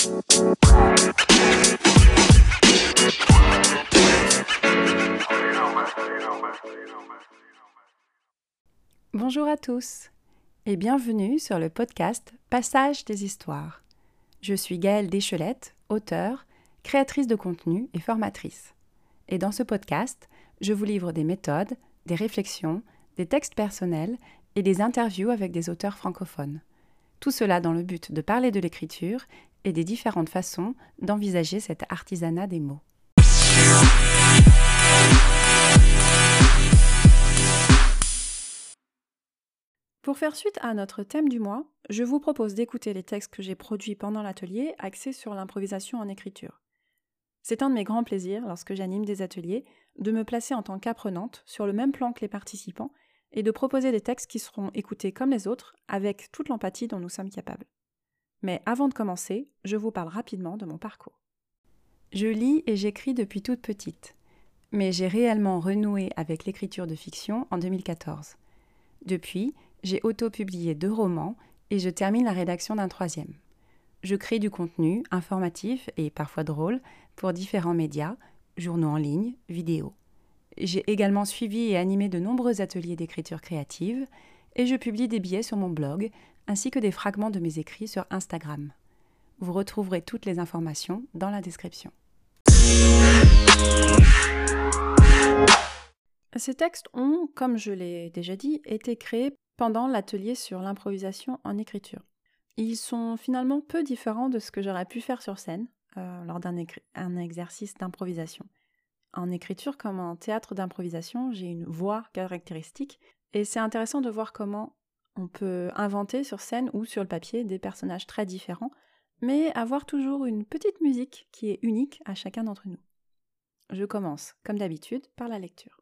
Bonjour à tous et bienvenue sur le podcast Passage des histoires. Je suis Gaëlle Deschelette, auteure, créatrice de contenu et formatrice. Et dans ce podcast, je vous livre des méthodes, des réflexions, des textes personnels et des interviews avec des auteurs francophones. Tout cela dans le but de parler de l'écriture et des différentes façons d'envisager cet artisanat des mots. Pour faire suite à notre thème du mois, je vous propose d'écouter les textes que j'ai produits pendant l'atelier axés sur l'improvisation en écriture. C'est un de mes grands plaisirs, lorsque j'anime des ateliers, de me placer en tant qu'apprenante sur le même plan que les participants et de proposer des textes qui seront écoutés comme les autres, avec toute l'empathie dont nous sommes capables. Mais avant de commencer, je vous parle rapidement de mon parcours. Je lis et j'écris depuis toute petite, mais j'ai réellement renoué avec l'écriture de fiction en 2014. Depuis, j'ai auto-publié 2 romans et je termine la rédaction d'un 3e. Je crée du contenu informatif et parfois drôle pour différents médias, journaux en ligne, vidéos. J'ai également suivi et animé de nombreux ateliers d'écriture créative et je publie des billets sur mon blog ainsi que des fragments de mes écrits sur Instagram. Vous retrouverez toutes les informations dans la description. Ces textes ont, comme je l'ai déjà dit, été créés pendant l'atelier sur l'improvisation en écriture. Ils sont finalement peu différents de ce que j'aurais pu faire sur scène lors d'un exercice d'improvisation. En écriture comme en théâtre d'improvisation, j'ai une voix caractéristique et c'est intéressant de voir comment on peut inventer sur scène ou sur le papier des personnages très différents, mais avoir toujours une petite musique qui est unique à chacun d'entre nous. Je commence, comme d'habitude, par la lecture.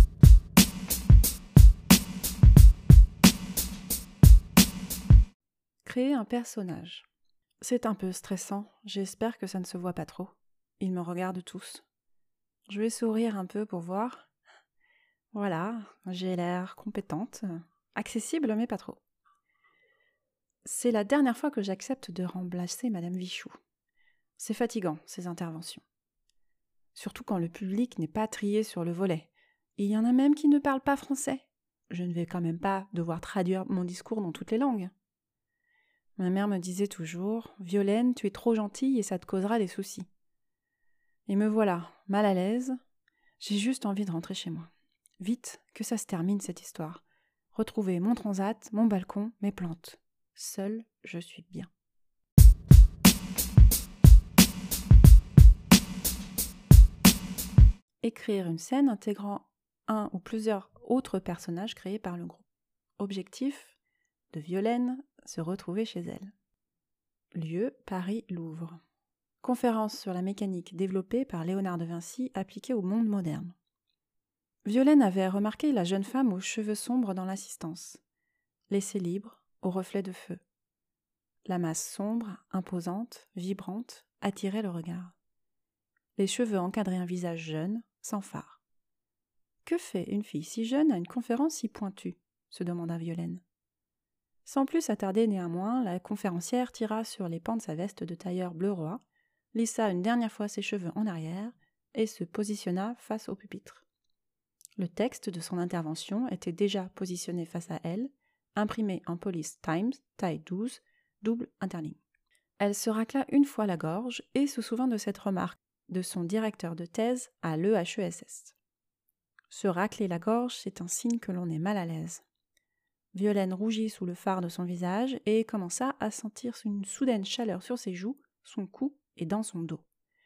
Créer un personnage. C'est un peu stressant, j'espère que ça ne se voit pas trop. Ils me regardent tous. Je vais sourire un peu pour voir. Voilà, j'ai l'air compétente, accessible mais pas trop. C'est la dernière fois que j'accepte de remplacer Madame Vichou. C'est fatigant, ces interventions. Surtout quand le public n'est pas trié sur le volet. Il y en a même qui ne parlent pas français. Je ne vais quand même pas devoir traduire mon discours dans toutes les langues. Ma mère me disait toujours « Violaine, tu es trop gentille et ça te causera des soucis. » Et me voilà, mal à l'aise. J'ai juste envie de rentrer chez moi. Vite, que ça se termine cette histoire. Retrouver mon transat, mon balcon, mes plantes. Seule, je suis bien. Écrire une scène intégrant un ou plusieurs autres personnages créés par le groupe. Objectif, de Violaine se retrouver chez elle. Lieu, Paris-Louvre. Conférence sur la mécanique développée par Léonard de Vinci appliquée au monde moderne. Violaine avait remarqué la jeune femme aux cheveux sombres dans l'assistance, laissée libre, au reflet de feu. La masse sombre, imposante, vibrante, attirait le regard. Les cheveux encadraient un visage jeune, sans fard. « Que fait une fille si jeune à une conférence si pointue ?» se demanda Violaine. Sans plus s'attarder néanmoins, la conférencière tira sur les pans de sa veste de tailleur bleu roi, lissa une dernière fois ses cheveux en arrière et se positionna face au pupitre. Le texte de son intervention était déjà positionné face à elle, imprimé en police Times, taille 12, double interligne. Elle se racla une fois la gorge et se souvint de cette remarque de son directeur de thèse à l'EHESS. Se racler la gorge, c'est un signe que l'on est mal à l'aise. Violaine rougit sous le fard de son visage et commença à sentir une soudaine chaleur sur ses joues, son cou et dans son dos.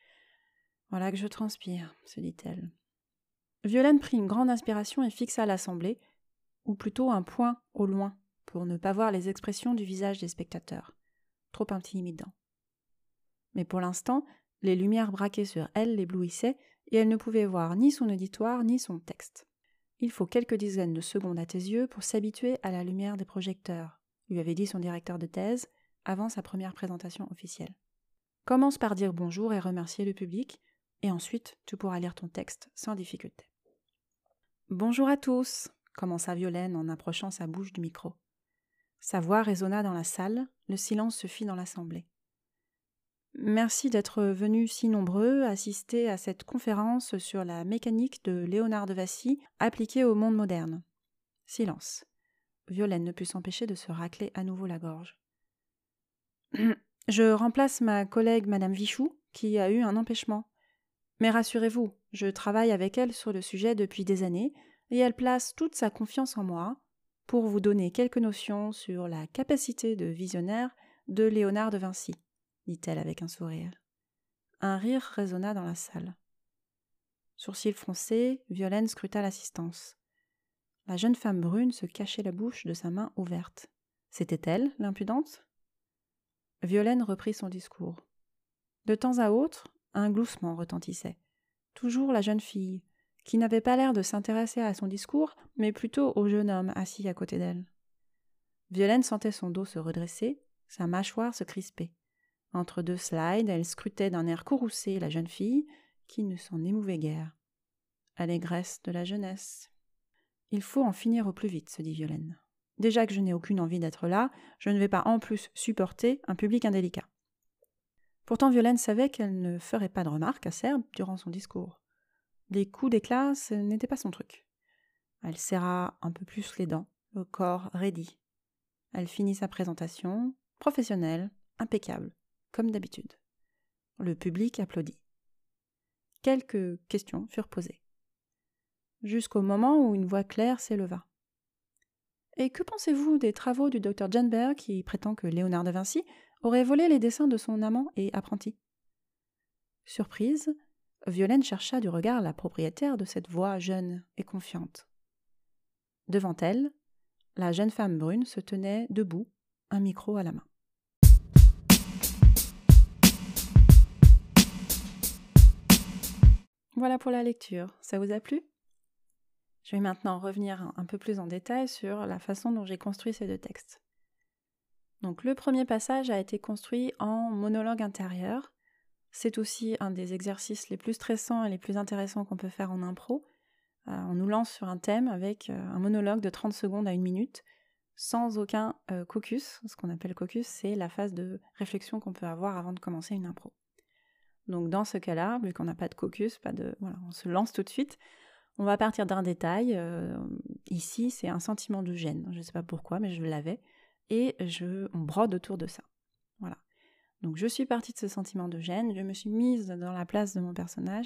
« Voilà que je transpire », se dit-elle. Violaine prit une grande inspiration et fixa l'assemblée, ou plutôt un point au loin, pour ne pas voir les expressions du visage des spectateurs, trop intimidant. Mais pour l'instant, les lumières braquées sur elle l'éblouissaient et elle ne pouvait voir ni son auditoire ni son texte. « Il faut quelques dizaines de secondes à tes yeux pour s'habituer à la lumière des projecteurs », lui avait dit son directeur de thèse avant sa première présentation officielle. « Commence par dire bonjour et remercier le public, et ensuite tu pourras lire ton texte sans difficulté. » « Bonjour à tous », commença Violaine en approchant sa bouche du micro. Sa voix résonna dans la salle, le silence se fit dans l'assemblée. « Merci d'être venus si nombreux assister à cette conférence sur la mécanique de Léonard de Vinci appliquée au monde moderne. Silence. Violaine ne put s'empêcher de se racler à nouveau la gorge. Je remplace ma collègue Madame Vichou, qui a eu un empêchement. Mais rassurez-vous, je travaille avec elle sur le sujet depuis des années, et elle place toute sa confiance en moi pour vous donner quelques notions sur la capacité de visionnaire de Léonard de Vinci, dit-elle avec un sourire. Un rire résonna dans la salle. Sourcils froncés, Violaine scruta l'assistance. La jeune femme brune se cachait la bouche de sa main ouverte. C'était elle, l'impudente ? Violaine reprit son discours. De temps à autre, un gloussement retentissait. Toujours la jeune fille, qui n'avait pas l'air de s'intéresser à son discours, mais plutôt au jeune homme assis à côté d'elle. Violaine sentait son dos se redresser, sa mâchoire se crisper. Entre deux slides, elle scrutait d'un air courroucé la jeune fille, qui ne s'en émouvait guère. Allégresse de la jeunesse. Il faut en finir au plus vite, se dit Violaine. Déjà que je n'ai aucune envie d'être là, je ne vais pas en plus supporter un public indélicat. Pourtant, Violaine savait qu'elle ne ferait pas de remarques acerbes durant son discours. Les coups d'éclat, ce n'était pas son truc. Elle serra un peu plus les dents, le corps raidi. Elle finit sa présentation, professionnelle, impeccable, comme d'habitude. Le public applaudit. Quelques questions furent posées. Jusqu'au moment où une voix claire s'éleva. « Et que pensez-vous des travaux du Dr. Janberg qui prétend que Léonard de Vinci aurait volé les dessins de son amant et apprenti ?» Surprise, Violaine chercha du regard la propriétaire de cette voix jeune et confiante. Devant elle, la jeune femme brune se tenait debout, un micro à la main. Voilà pour la lecture. Ça vous a plu ? Je vais maintenant revenir un peu plus en détail sur la façon dont j'ai construit ces deux textes. Donc, le premier passage a été construit en monologue intérieur. C'est aussi un des exercices les plus stressants et les plus intéressants qu'on peut faire en impro. On nous lance sur un thème avec un monologue de 30 secondes à 1 minute, sans aucun caucus. Ce qu'on appelle caucus, c'est la phase de réflexion qu'on peut avoir avant de commencer une impro. Donc dans ce cas-là, vu qu'on n'a pas de caucus, on se lance tout de suite. On va partir d'un détail. Ici, c'est un sentiment de gêne. Je ne sais pas pourquoi, mais je l'avais. Et on brode autour de ça. Voilà. Donc je suis partie de ce sentiment de gêne. Je me suis mise à la place de mon personnage.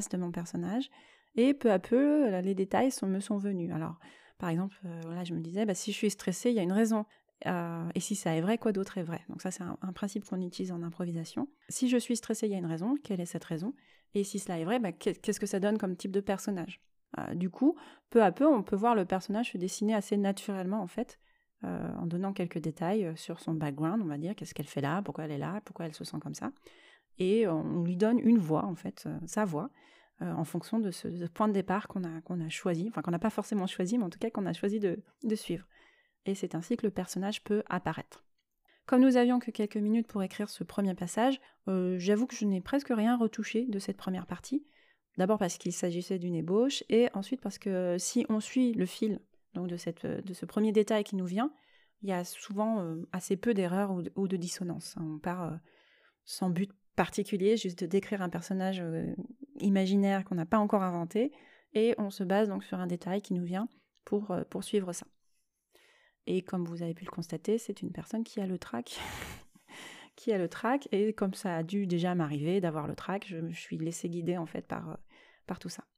Et peu à peu, les détails me sont venus. Alors, par exemple, je me disais, si je suis stressée, il y a une raison. Et si ça est vrai, quoi d'autre est vrai ? Donc ça, c'est un principe qu'on utilise en improvisation. Si je suis stressée, il y a une raison. Quelle est cette raison ? Et si cela est vrai, qu'est-ce que ça donne comme type de personnage ? Du coup, peu à peu, on peut voir le personnage se dessiner assez naturellement, en fait, en donnant quelques détails sur son background, on va dire, qu'est-ce qu'elle fait là, pourquoi elle se sent comme ça. Et on lui donne une voix, en fait, sa voix, en fonction de ce point de départ qu'on a choisi, enfin qu'on n'a pas forcément choisi, mais en tout cas qu'on a choisi de suivre. Et c'est ainsi que le personnage peut apparaître. Comme nous avions que quelques minutes pour écrire ce premier passage, j'avoue que je n'ai presque rien retouché de cette première partie. D'abord parce qu'il s'agissait d'une ébauche, et ensuite parce que si on suit le fil donc de ce premier détail qui nous vient, il y a souvent assez peu d'erreurs ou de dissonances. On part sans but particulier, juste de décrire un personnage imaginaire qu'on n'a pas encore inventé, et on se base donc sur un détail qui nous vient pour poursuivre ça. Et comme vous avez pu le constater, c'est une personne qui a le trac. Et comme ça a dû déjà m'arriver d'avoir le trac, je me suis laissée guider en fait par tout ça.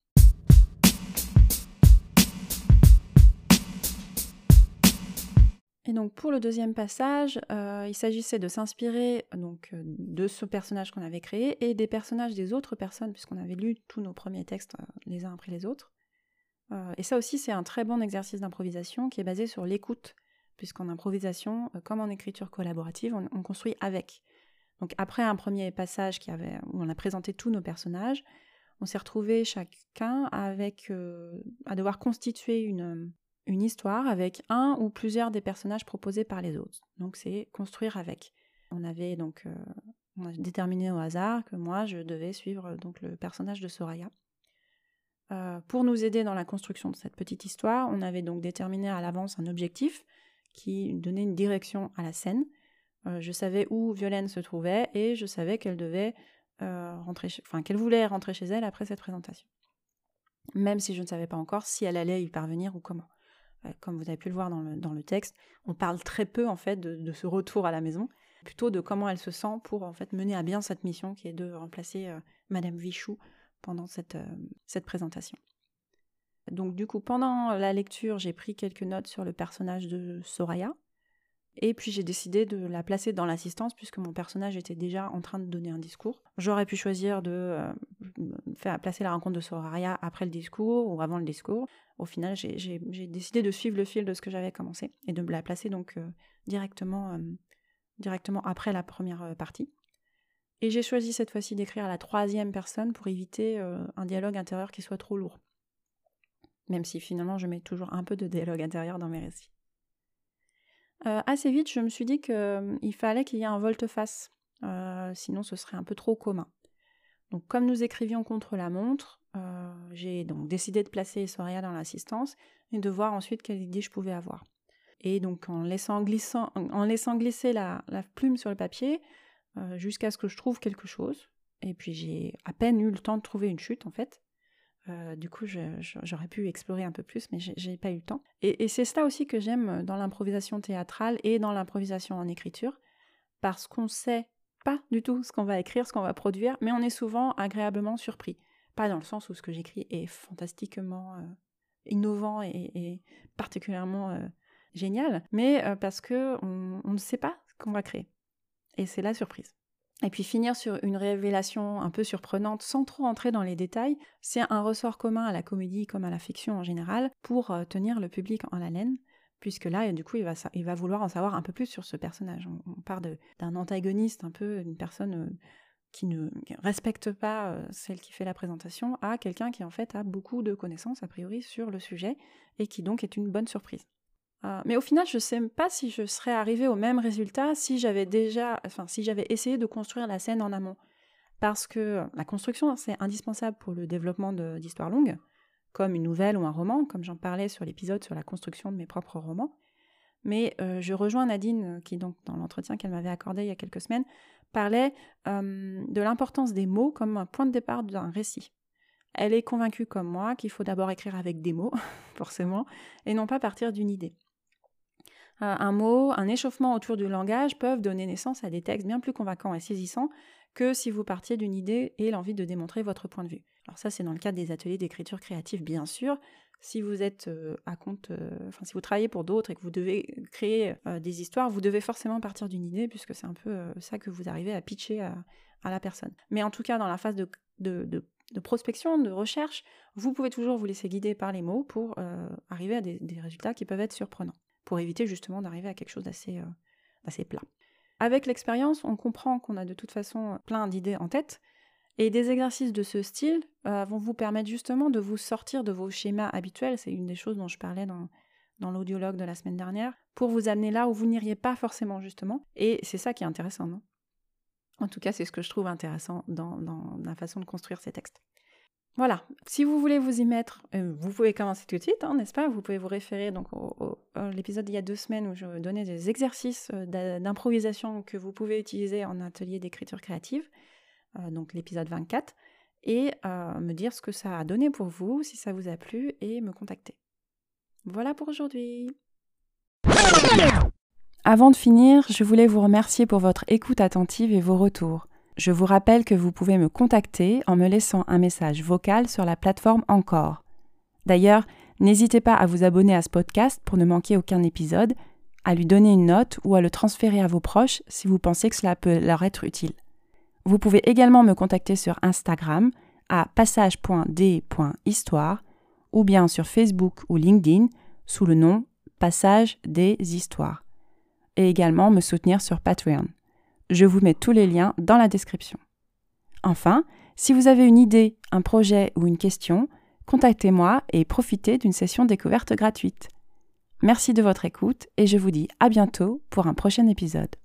Et donc pour le deuxième passage, il s'agissait de s'inspirer de ce personnage qu'on avait créé et des personnages des autres personnes, puisqu'on avait lu tous nos premiers textes les uns après les autres. Et ça aussi, c'est un très bon exercice d'improvisation qui est basé sur l'écoute, puisqu'en improvisation, comme en écriture collaborative, on construit avec. Donc après un premier passage où on a présenté tous nos personnages, on s'est retrouvés chacun à devoir constituer une histoire avec un ou plusieurs des personnages proposés par les autres. Donc c'est construire avec. On a déterminé au hasard que moi je devais suivre donc le personnage de Soraya. Pour nous aider dans la construction de cette petite histoire, on avait donc déterminé à l'avance un objectif qui donnait une direction à la scène. Je savais où Violaine se trouvait et je savais qu'elle devait qu'elle voulait rentrer chez elle après cette présentation. Même si je ne savais pas encore si elle allait y parvenir ou comment. Comme vous avez pu le voir dans le texte, on parle très peu en fait de ce retour à la maison, plutôt de comment elle se sent pour en fait mener à bien cette mission qui est de remplacer Madame Vichou pendant cette présentation. Donc du coup, pendant la lecture, j'ai pris quelques notes sur le personnage de Soraya, et puis j'ai décidé de la placer dans l'assistance puisque mon personnage était déjà en train de donner un discours. J'aurais pu choisir de placer la rencontre de Soraya après le discours ou avant le discours. Au final, j'ai décidé de suivre le fil de ce que j'avais commencé et de la placer donc directement après la première partie. Et j'ai choisi cette fois-ci d'écrire à la 3e personne pour éviter un dialogue intérieur qui soit trop lourd. Même si finalement je mets toujours un peu de dialogue intérieur dans mes récits. Assez vite, je me suis dit qu'il fallait qu'il y ait un volte-face, sinon ce serait un peu trop commun. Donc comme nous écrivions contre la montre, j'ai donc décidé de placer Soraya dans l'assistance et de voir ensuite quelle idée je pouvais avoir. Et donc en laissant glisser la plume sur le papier jusqu'à ce que je trouve quelque chose, et puis j'ai à peine eu le temps de trouver une chute en fait. Du coup, j'aurais pu explorer un peu plus, mais j'ai pas eu le temps. Et c'est ça aussi que j'aime dans l'improvisation théâtrale et dans l'improvisation en écriture, parce qu'on sait pas du tout ce qu'on va écrire, ce qu'on va produire, mais on est souvent agréablement surpris. Pas dans le sens où ce que j'écris est fantastiquement innovant et particulièrement génial, mais parce que on ne sait pas ce qu'on va créer. Et c'est la surprise. Et puis finir sur une révélation un peu surprenante sans trop entrer dans les détails, c'est un ressort commun à la comédie comme à la fiction en général pour tenir le public en haleine, puisque là, du coup, il va vouloir en savoir un peu plus sur ce personnage. On part d'un antagoniste, un peu une personne qui ne respecte pas celle qui fait la présentation, à quelqu'un qui en fait a beaucoup de connaissances a priori sur le sujet et qui donc est une bonne surprise. Mais au final, je ne sais pas si je serais arrivée au même résultat si j'avais essayé de construire la scène en amont. Parce que la construction, c'est indispensable pour le développement d'histoires longues, comme une nouvelle ou un roman, comme j'en parlais sur l'épisode sur la construction de mes propres romans. Mais je rejoins Nadine, qui donc dans l'entretien qu'elle m'avait accordé il y a quelques semaines, parlait de l'importance des mots comme un point de départ d'un récit. Elle est convaincue comme moi qu'il faut d'abord écrire avec des mots, forcément, et non pas partir d'une idée. Un mot, un échauffement autour du langage peuvent donner naissance à des textes bien plus convaincants et saisissants que si vous partiez d'une idée et l'envie de démontrer votre point de vue. Alors ça, c'est dans le cadre des ateliers d'écriture créative, bien sûr. Si vous êtes si vous travaillez pour d'autres et que vous devez créer des histoires, vous devez forcément partir d'une idée puisque c'est un peu ça que vous arrivez à pitcher à la personne. Mais en tout cas, dans la phase de prospection, de recherche, vous pouvez toujours vous laisser guider par les mots pour arriver à des résultats qui peuvent être surprenants, pour éviter justement d'arriver à quelque chose d'assez plat. Avec l'expérience, on comprend qu'on a de toute façon plein d'idées en tête, et des exercices de ce style vont vous permettre justement de vous sortir de vos schémas habituels, c'est une des choses dont je parlais dans l'audiologue de la semaine dernière, pour vous amener là où vous n'iriez pas forcément justement, et c'est ça qui est intéressant, non ? En tout cas, c'est ce que je trouve intéressant dans la façon de construire ces textes. Voilà, si vous voulez vous y mettre, vous pouvez commencer tout de suite, n'est-ce pas ? Vous pouvez vous référer donc à l'épisode d'il y a 2 semaines où je donnais des exercices d'improvisation que vous pouvez utiliser en atelier d'écriture créative, donc l'épisode 24, et me dire ce que ça a donné pour vous, si ça vous a plu, et me contacter. Voilà pour aujourd'hui. Avant de finir, je voulais vous remercier pour votre écoute attentive et vos retours. Je vous rappelle que vous pouvez me contacter en me laissant un message vocal sur la plateforme Encore. D'ailleurs, n'hésitez pas à vous abonner à ce podcast pour ne manquer aucun épisode, à lui donner une note ou à le transférer à vos proches si vous pensez que cela peut leur être utile. Vous pouvez également me contacter sur Instagram à passage.d.histoire ou bien sur Facebook ou LinkedIn sous le nom Passage des Histoires. Et également me soutenir sur Patreon. Je vous mets tous les liens dans la description. Enfin, si vous avez une idée, un projet ou une question, contactez-moi et profitez d'une session découverte gratuite. Merci de votre écoute et je vous dis à bientôt pour un prochain épisode.